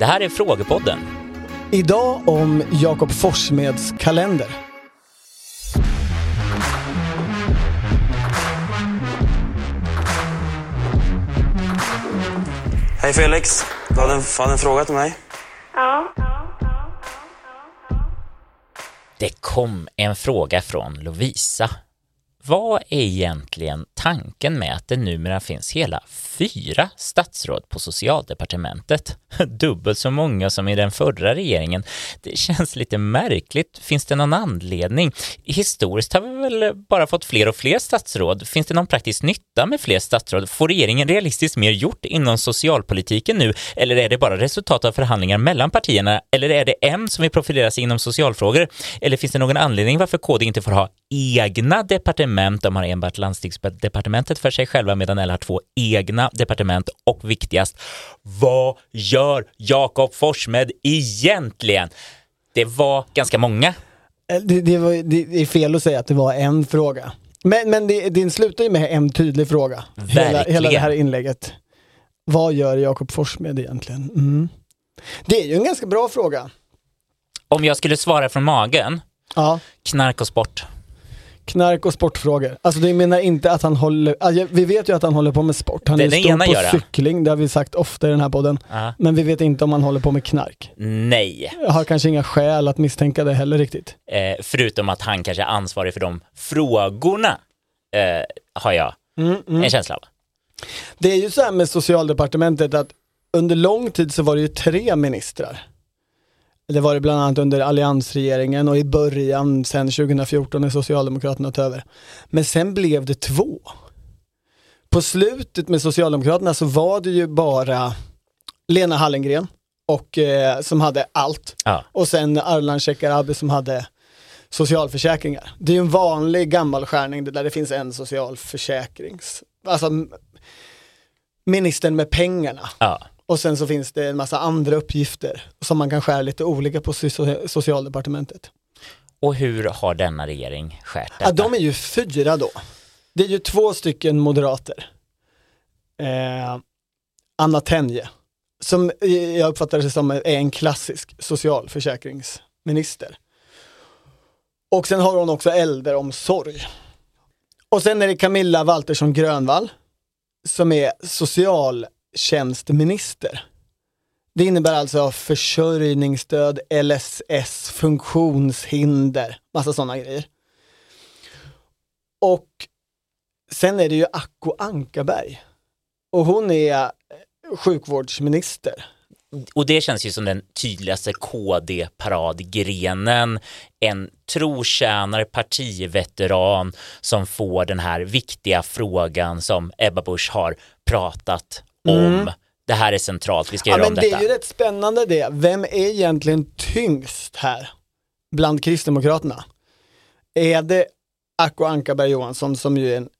Det här är Frågepodden. Idag om Jakob Forssmeds kalender. Hej Felix, du hade en fråga till mig. Ja. Det kom en fråga från Lovisa. Vad är egentligen tanken med att det numera finns hela 4 statsråd på socialdepartementet? Dubbelt så många som i den förra regeringen. Det känns lite märkligt. Finns det någon anledning? Historiskt har vi väl bara fått fler och fler statsråd. Finns det någon praktisk nytta med fler statsråd? Får regeringen realistiskt mer gjort inom socialpolitiken nu? Eller är det bara resultat av förhandlingar mellan partierna? Eller är det M som vill profilera sig inom socialfrågor? Eller finns det någon anledning varför KD inte får ha egna departement? De har enbart landstingsdepartementet för sig själva medan L har 2 egna departement. Och viktigast, vad gör Jakob Forssmed egentligen? Det var ganska många. Det är fel att säga att det var en fråga. Men det slutar ju med en tydlig fråga. Hela det här inlägget. Vad gör Jakob Forssmed egentligen? Det är ju en ganska bra fråga. Om jag skulle svara från magen. Ja. Knark och sport. Knark och sportfrågor. Alltså det menar inte att han håller... Alltså vi vet ju att han håller på med sport. Han är stor på cykling, det har vi sagt ofta i den här podden. Men vi vet inte om han håller på med knark. Nej. Jag har kanske inga skäl att misstänka det heller riktigt. Förutom att han kanske är ansvarig för de frågorna har jag en känsla av. Det är ju så här med socialdepartementet att under lång tid så var det ju 3 ministrar. Det var det bland annat under alliansregeringen och i början sen 2014 när Socialdemokraterna tog över. Men sen blev det 2. På slutet med Socialdemokraterna så var det ju bara Lena Hallengren och, som hade allt. Ja. Och sen Ardalan Shekarabi som hade socialförsäkringar. Det är ju en vanlig gammal skärning där det finns en socialförsäkrings... Alltså ministern med pengarna. Ja. Och sen så finns det en massa andra uppgifter som man kan skära lite olika på socialdepartementet. Och hur har denna regering skärt detta? Ja, de är ju 4 då. Det är ju 2 stycken moderater. Anna Tenje, som jag uppfattar det som är en klassisk socialförsäkringsminister. Och sen har hon också äldreomsorg. Och sen är det Camilla Waltersson Grönvall som är socialtjänstminister. Det innebär alltså försörjningsstöd, LSS, funktionshinder, massa sådana grejer. Och sen är det ju Acko Ankarberg. Och hon är sjukvårdsminister. Och det känns ju som den tydligaste KD-paradgrenen. En trotjänare partiveteran som får den här viktiga frågan som Ebba Busch har pratat om. Det här är centralt, vi ska göra om detta. Men det är ju rätt spännande det. Vem är egentligen tyngst här bland Kristdemokraterna? Är det Acko Ankarberg Johansson som ju är en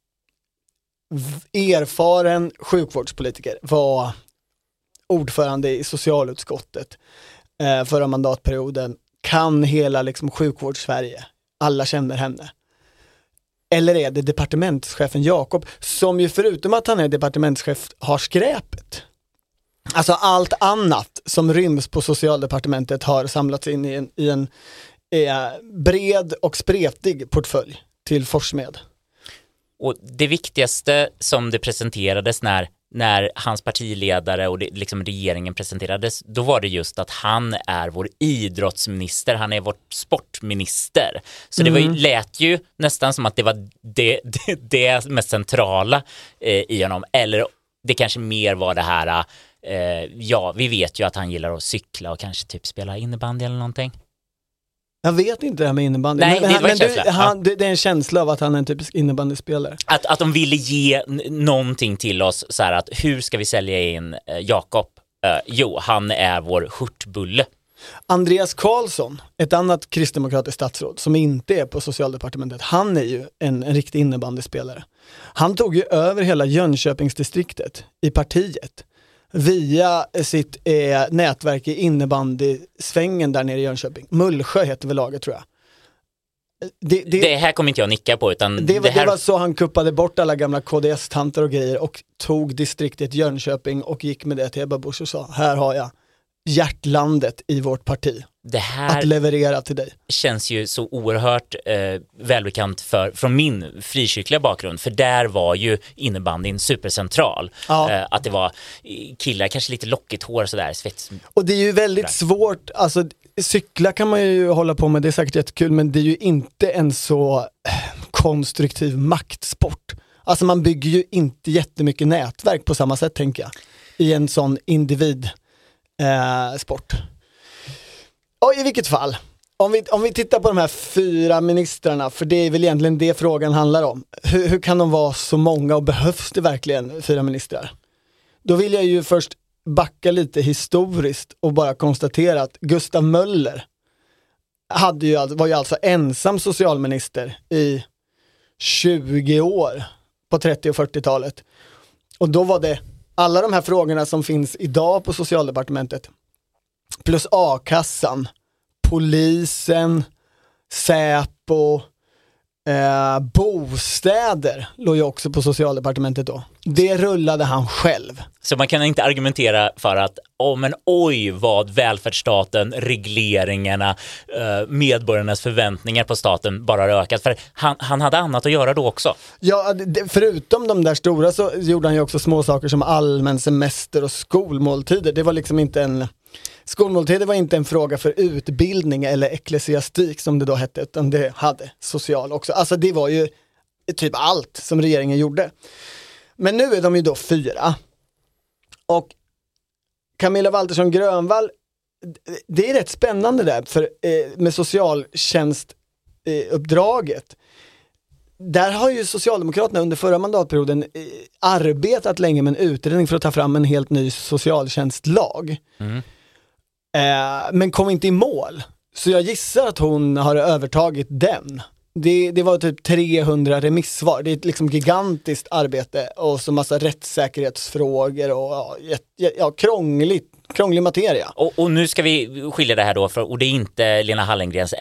erfaren sjukvårdspolitiker, var ordförande i socialutskottet förra mandatperioden, kan hela liksom sjukvårdssverige, alla känner henne? Eller är det departementschefen Jakob som ju förutom att han är departementschef har skräpet? Alltså allt annat som ryms på socialdepartementet har samlats in i en bred och spretig portfölj till Forssmed. Och det viktigaste som det presenterades när hans partiledare och liksom regeringen presenterades, då var det just att han är vår idrottsminister, han är vår sportminister. Så det var ju, lät ju nästan som att det var det mest centrala i honom. Eller det kanske mer var det här, vi vet ju att han gillar att cykla och kanske typ spela innebandy eller någonting. Jag vet inte det här med innebandy. Nej, det är en känsla av att han är en typisk innebandyspelare. Att de ville ge någonting till oss så här att hur ska vi sälja in Jakob? Jo, han är vår skjortbulle. Andreas Karlsson, ett annat kristdemokratiskt statsråd som inte är på socialdepartementet, han är ju en riktig innebandyspelare. Han tog ju över hela Jönköpingsdistriktet i partiet via sitt nätverk i innebandysvängen där nere i Jönköping. Mullsjö heter väl laget, tror jag. Det här kommer inte jag nicka på, utan det var så han kuppade bort alla gamla KDS-tanter och grejer och tog distriktet Jönköping och gick med det till Ebba Busch och sa, här har jag hjärtlandet i vårt parti. Det här att leverera till dig. Känns ju så oerhört välbekant från min frikyrkliga bakgrund, för där var ju innebandyn supercentral. Ja. Att det var killar, kanske lite lockigt hår sådär, svets. Och det är ju väldigt svårt, alltså cykla kan man ju hålla på med, det är säkert jättekul, men det är ju inte en så konstruktiv maktsport. Alltså man bygger ju inte jättemycket nätverk på samma sätt, tänker jag, i en sån individsport. Och i vilket fall, om vi tittar på de här 4 ministrarna, för det är väl egentligen det frågan handlar om. Hur kan de vara så många och behövs det verkligen 4 ministrar? Då vill jag ju först backa lite historiskt och bara konstatera att Gustav Möller var ju alltså ensam socialminister i 20 år på 30- och 40-talet. Och då var det alla de här frågorna som finns idag på socialdepartementet plus a-kassan, polisen, Säpo, bostäder låg ju också på socialdepartementet då. Det rullade han själv. Så man kan inte argumentera för att men oj vad välfärdsstaten, regleringarna, medborgarnas förväntningar på staten bara har ökat. För han hade annat att göra då också. Ja, förutom de där stora så gjorde han ju också små saker som allmän semester och skolmåltider. Det var liksom inte skolmåltider var inte en fråga för utbildning eller ecklesiastik som det då hette, utan det hade social också. Alltså det var ju typ allt som regeringen gjorde. Men nu är de ju då 4. Och Camilla Waltersson Grönvall, det är rätt spännande där för med socialtjänstuppdraget. Där har ju Socialdemokraterna under förra mandatperioden arbetat länge med en utredning för att ta fram en helt ny socialtjänstlag. Men kom inte i mål. Så jag gissar att hon har övertagit den. Det var typ 300 remissvar. Det är ett liksom gigantiskt arbete och så massa rättssäkerhetsfrågor och krånglig materia. Och nu ska vi skilja det här då, och det är inte Lena Hallengrens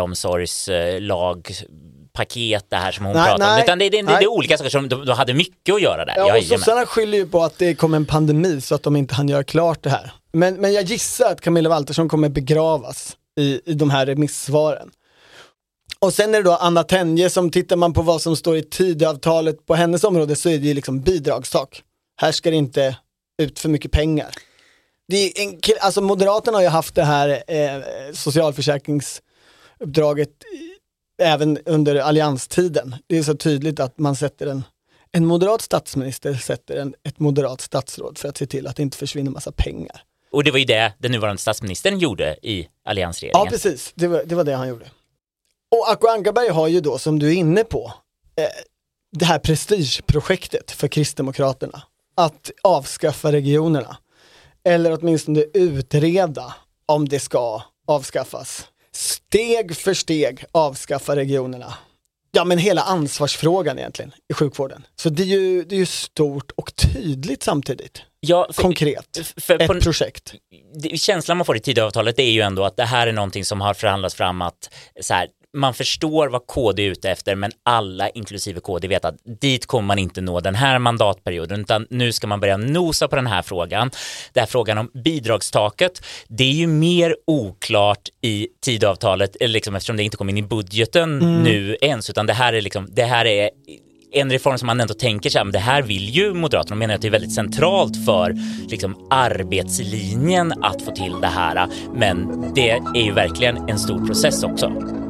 äldreomsorgslagpaket det här som hon pratar om, utan det är olika saker som de hade mycket att göra där. Ja, och sossarna skyller ju på att det kom en pandemi så att de inte hann göra klart det här. Men jag gissar att Camilla Waltersson kommer begravas i de här remissvaren. Och sen är det då Anna Tenje, som tittar man på vad som står i Tidöavtalet på hennes område, så är det ju liksom bidragstak. Här ska det inte ut för mycket pengar. Det är alltså Moderaterna har ju haft det här socialförsäkringsuppdraget även under allianstiden. Det är så tydligt att man sätter en moderat statsminister sätter ett moderat statsråd för att se till att det inte försvinner massa pengar. Och det var ju det den nuvarande statsministern gjorde i alliansregeringen. Ja, precis. Det var det han gjorde. Och Acko Ankarberg har ju då, som du är inne på, det här prestigeprojektet för Kristdemokraterna. Att avskaffa regionerna. Eller åtminstone utreda om det ska avskaffas. Steg för steg avskaffa regionerna. Ja, men hela ansvarsfrågan egentligen i sjukvården. Så det är ju stort och tydligt samtidigt. Ja, konkret. Ett projekt. Känslan man får i Tidöavtalet är ju ändå att det här är någonting som har förhandlats fram, att så här, man förstår vad KD är ute efter, men alla, inklusive KD, vet att dit kommer man inte nå den här mandatperioden, utan nu ska man börja nosa på den här frågan. Det här frågan om bidragstaket, det är ju mer oklart i Tidöavtalet, liksom, eftersom det inte kommer in i budgeten nu ens, utan det här är en reform som man ändå tänker sig, men det här vill ju Moderaterna, menar att det är väldigt centralt för liksom arbetslinjen att få till det här, men det är ju verkligen en stor process också.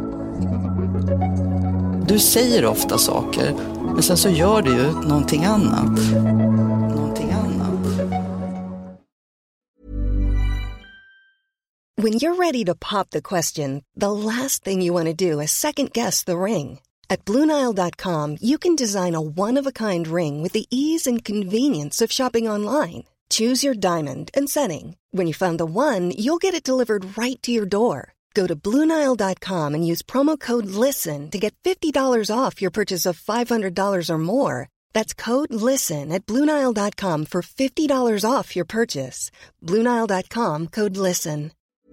Du säger ofta saker, men sen så gör du ju någonting annat. When you're ready to pop the question, the last thing you want to do is second guess the ring. At BlueNile.com, you can design a one-of-a-kind ring with the ease and convenience of shopping online. Choose your diamond and setting. When you find the one, you'll get it delivered right to your door. Go to BlueNile.com and use promo code LISTEN to get $50 off your purchase of $500 or more. That's code LISTEN at BlueNile.com for $50 off your purchase. BlueNile.com, code LISTEN.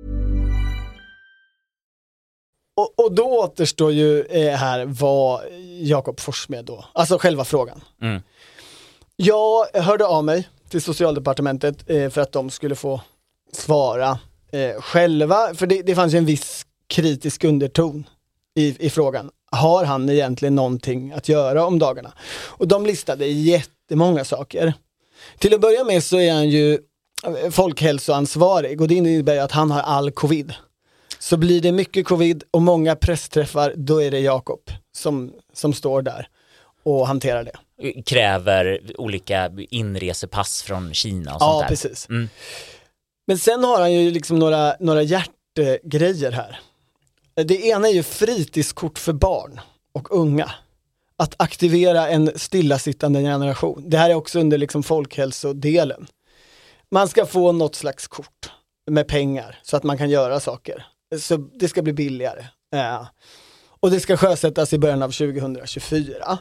Och då återstår ju här vad Jakob Forssmed då, alltså själva frågan. Jag hörde av mig till Socialdepartementet för att de skulle få svara själva, för det fanns ju en viss kritisk underton i frågan. Har han egentligen någonting att göra om dagarna? Och de listade jättemånga saker. Till att börja med så är han ju folkhälsoansvarig, och det innebär att han har all covid. Så blir det mycket covid och många pressträffar, då är det Jakob som står där och hanterar det. Kräver olika inresepass från Kina och sånt där. Ja, precis. Men sen har han ju liksom några hjärtegrejer här. Det ena är ju fritidskort för barn och unga. Att aktivera en stillasittande generation. Det här är också under liksom folkhälsodelen. Man ska få något slags kort med pengar så att man kan göra saker. Så det ska bli billigare. Och det ska sjösättas i början av 2024.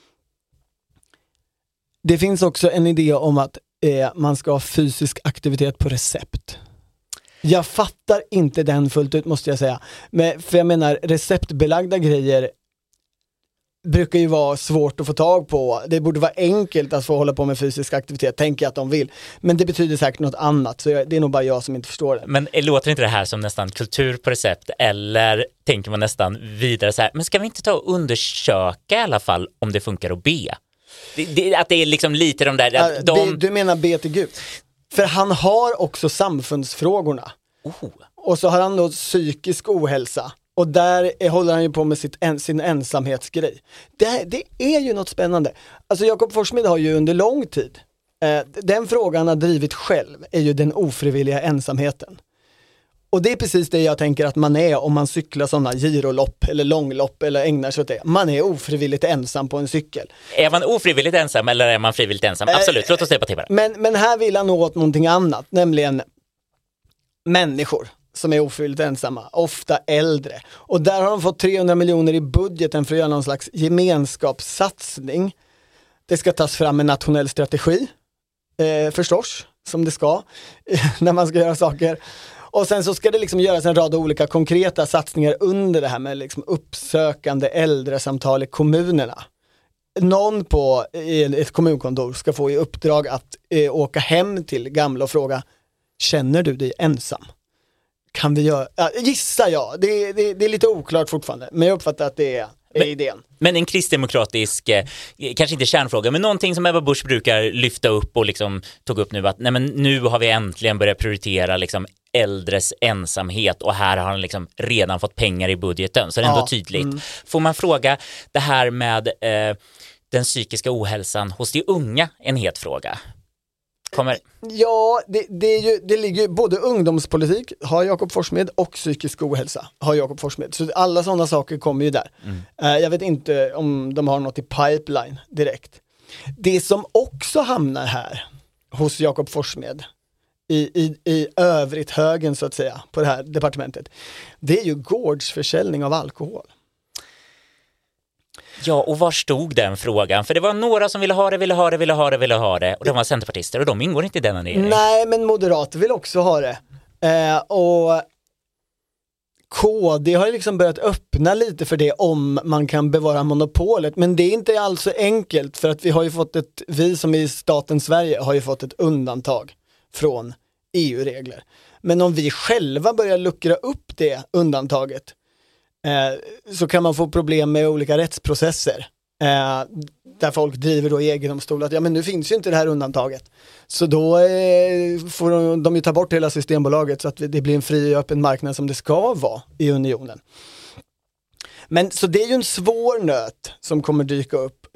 Det finns också en idé om att man ska ha fysisk aktivitet på recept. Jag fattar inte den fullt ut, måste jag säga. För jag menar, receptbelagda grejer brukar ju vara svårt att få tag på. Det borde vara enkelt att få hålla på med fysisk aktivitet, tänker jag att de vill. Men det betyder säkert något annat, så det är nog bara jag som inte förstår det. Men låter inte det här som nästan kultur på recept, eller tänker man nästan vidare så här, men ska vi inte ta och undersöka i alla fall om det funkar att be? Att det är liksom lite de där... Du menar be till Gud? För han har också samfundsfrågorna. Och så har han då psykisk ohälsa. Och där håller han ju på med sin ensamhetsgrej. Det är ju något spännande. Alltså Jakob Forssmed har ju under lång tid, den frågan han har drivit själv är ju den ofrivilliga ensamheten. Och det är precis det jag tänker att man är om man cyklar sådana girolopp eller långlopp eller ägnar sig åt det. Man är ofrivilligt ensam på en cykel. Är man ofrivilligt ensam eller är man frivilligt ensam? Absolut, låt oss debattera. Men här vill han nå åt någonting annat, nämligen människor som är ofrivilligt ensamma, ofta äldre. Och där har de fått 300 miljoner i budgeten för att göra någon slags gemenskapssatsning. Det ska tas fram en nationell strategi, förstås, som det ska, när man ska göra saker. Och sen så ska det liksom göras en rad olika konkreta satsningar under det här med liksom uppsökande äldresamtal i kommunerna. Någon på ett kommunkontor ska få i uppdrag att åka hem till gamla och fråga: känner du dig ensam? Kan vi göra? Gissar jag. Det är lite oklart fortfarande, men jag uppfattar att det är idén. Men en kristdemokratisk, kanske inte kärnfråga, men någonting som Ebba Busch brukar lyfta upp och liksom tog upp nu, att nej, men nu har vi äntligen börjat prioritera liksom äldres ensamhet, och här har han liksom redan fått pengar i budgeten, så det är ändå tydligt. Får man fråga det här med den psykiska ohälsan hos de unga, en het fråga? Ja, det ligger ju både ungdomspolitik har Jakob Forssmed och psykisk ohälsa har Jakob Forssmed. Så alla sådana saker kommer ju där. Jag vet inte om de har något i pipeline direkt. Det som också hamnar här hos Jakob Forssmed i övrigt högen så att säga på det här departementet, det är ju gårdsförsäljning av alkohol. Ja, och var stod den frågan? För det var några som ville ha det, och de var centerpartister, och de ingår inte i denna regering. Nej, men moderater vill också ha det. Och KD har liksom börjat öppna lite för det om man kan bevara monopolet. Men det är inte alls så enkelt, för att vi som i staten Sverige har ju fått ett undantag från EU-regler. Men om vi själva börjar luckra upp det undantaget, så kan man få problem med olika rättsprocesser där folk driver då i EG-domstol att men nu finns ju inte det här undantaget, så då får de ju ta bort hela Systembolaget så att det blir en fri och öppen marknad som det ska vara i unionen. Men så det är ju en svår nöt som kommer dyka upp.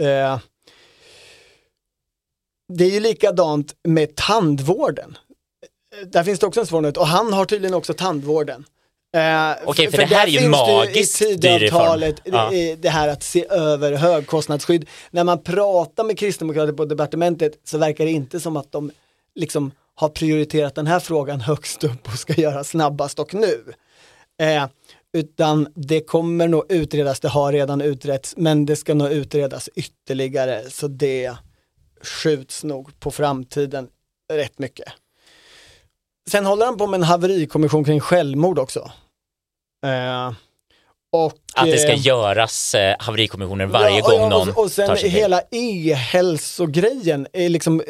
Det är ju likadant med tandvården. Där finns det också en svår nöt, och han har tydligen också tandvården. Okej, för det här är ju magiskt Tidavtalet, det här att se över högkostnadsskydd. När man pratar med kristdemokrater på departementet så verkar det inte som att de liksom har prioriterat den här frågan högst upp och ska göra snabbast och nu. Utan det kommer nog utredas, det har redan utretts, men det ska nog utredas ytterligare, så det skjuts nog på framtiden rätt mycket. Sen håller han på med en haverikommission kring självmord också. Och, att det ska göras haverikommissioner varje gång någon och sen tar sig hela e-hälsogrejen är liksom,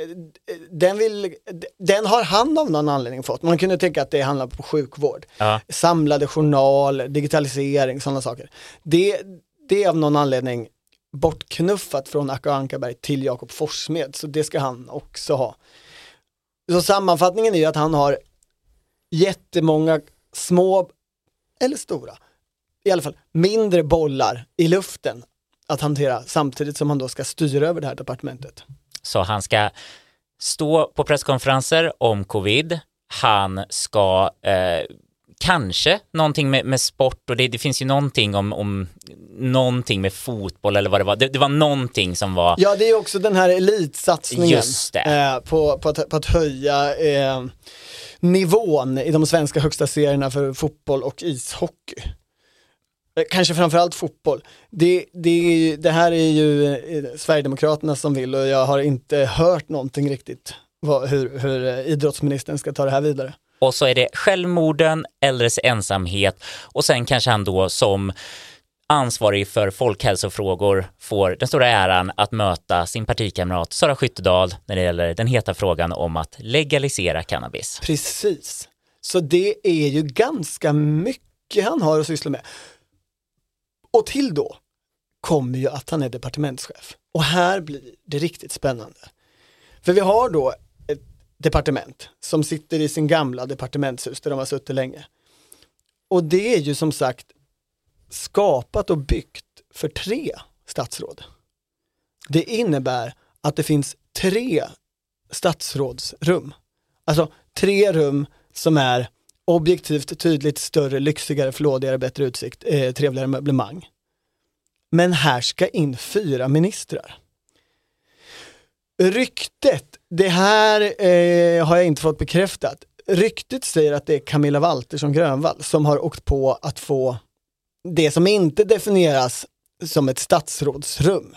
den har han av någon anledning fått. Man kunde tänka att det handlar på sjukvård. Ja. Samlade journal, digitalisering, sådana saker. Det är av någon anledning bortknuffat från Acko Ankarberg till Jakob Forssmed, så det ska han också ha. Så sammanfattningen är ju att han har jättemånga små eller stora, i alla fall mindre bollar i luften att hantera samtidigt som han då ska styra över det här departementet. Så han ska stå på presskonferenser om covid, han ska kanske någonting med sport, och det finns ju någonting om någonting med fotboll eller vad det var. Det var någonting som var... Ja, det är också den här elitsatsningen. Just det. På att höja nivån i de svenska högsta serierna för fotboll och ishockey. Kanske framförallt fotboll. Det här är ju Sverigedemokraterna som vill, och jag har inte hört någonting riktigt hur idrottsministern ska ta det här vidare. Och så är det självmorden, äldres ensamhet, och sen kanske han då som ansvarig för folkhälsofrågor får den stora äran att möta sin partikamrat Sara Skyttedal när det gäller den heta frågan om att legalisera cannabis. Precis. Så det är ju ganska mycket han har att syssla med. Och till då kommer ju att han är departementschef. Och här blir det riktigt spännande. För vi har då ett departement som sitter i sin gamla departementshus där de har suttit länge. Och det är ju som sagt skapat och byggt för 3 statsråd. Det innebär att det finns 3 statsrådsrum. Alltså 3 rum som är objektivt, tydligt, större, lyxigare, flådigare, bättre utsikt, trevligare möblemang. Men här ska in 4 ministrar. Ryktet, det här har jag inte fått bekräftat. Ryktet säger att det är Camilla Waltersson Grönvall som har åkt på att få det som inte definieras som ett statsrådsrum.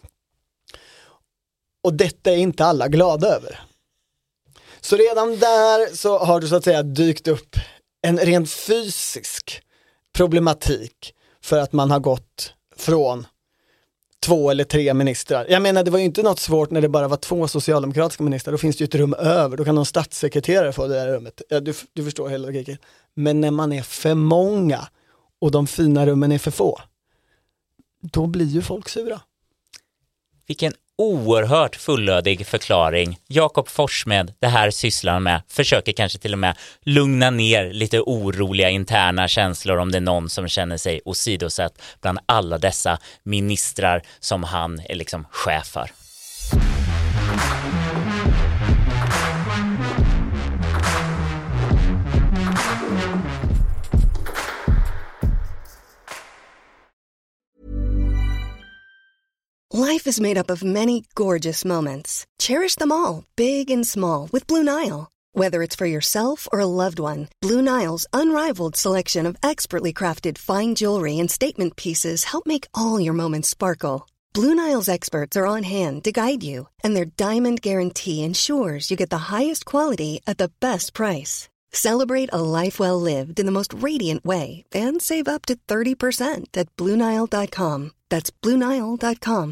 Och detta är inte alla glada över. Så redan där så har du så att säga dykt upp en rent fysisk problematik för att man har gått från 2 eller 3 ministrar. Jag menar, det var ju inte något svårt när det bara var 2 socialdemokratiska ministrar. Då finns det ju ett rum över. Då kan någon statssekreterare få det där rummet. Ja, du förstår hela logiken. Men när man är för många och de fina rummen är för få, då blir ju folk sura. Vilken oerhört fullödig förklaring. Jakob Forssmed, det här sysslar han med, försöker kanske till och med lugna ner lite oroliga interna känslor om det är någon som känner sig åsidosatt bland alla dessa ministrar som han är liksom chef för. Life is made up of many gorgeous moments. Cherish them all, big and small, with Blue Nile. Whether it's for yourself or a loved one, Blue Nile's unrivaled selection of expertly crafted fine jewelry and statement pieces help make all your moments sparkle. Blue Nile's experts are on hand to guide you, and their diamond guarantee ensures you get the highest quality at the best price. Celebrate a life well lived in the most radiant way and save up to 30% at BlueNile.com. That's BlueNile.com.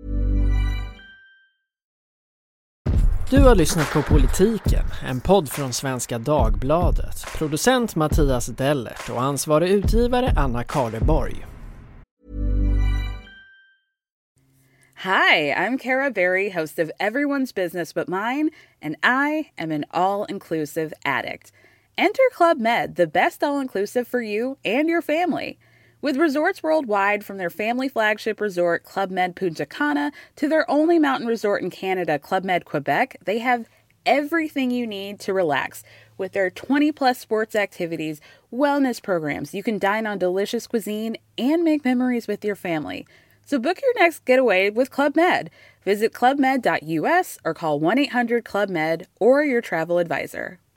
Du har lyssnat på Politiken, en podd från Svenska Dagbladet. Producent Mattias Dellert och ansvarig utgivare Anna Karleborg. Hi, I'm Cara Berry, host of Everyone's Business But Mine, and I am an all-inclusive addict. Enter Club Med, the best all-inclusive for you and your family. With resorts worldwide, from their family flagship resort, Club Med Punta Cana, to their only mountain resort in Canada, Club Med Quebec, they have everything you need to relax. With their 20-plus sports activities, wellness programs, you can dine on delicious cuisine and make memories with your family. So book your next getaway with Club Med. Visit clubmed.us or call 1-800-CLUB-MED or your travel advisor.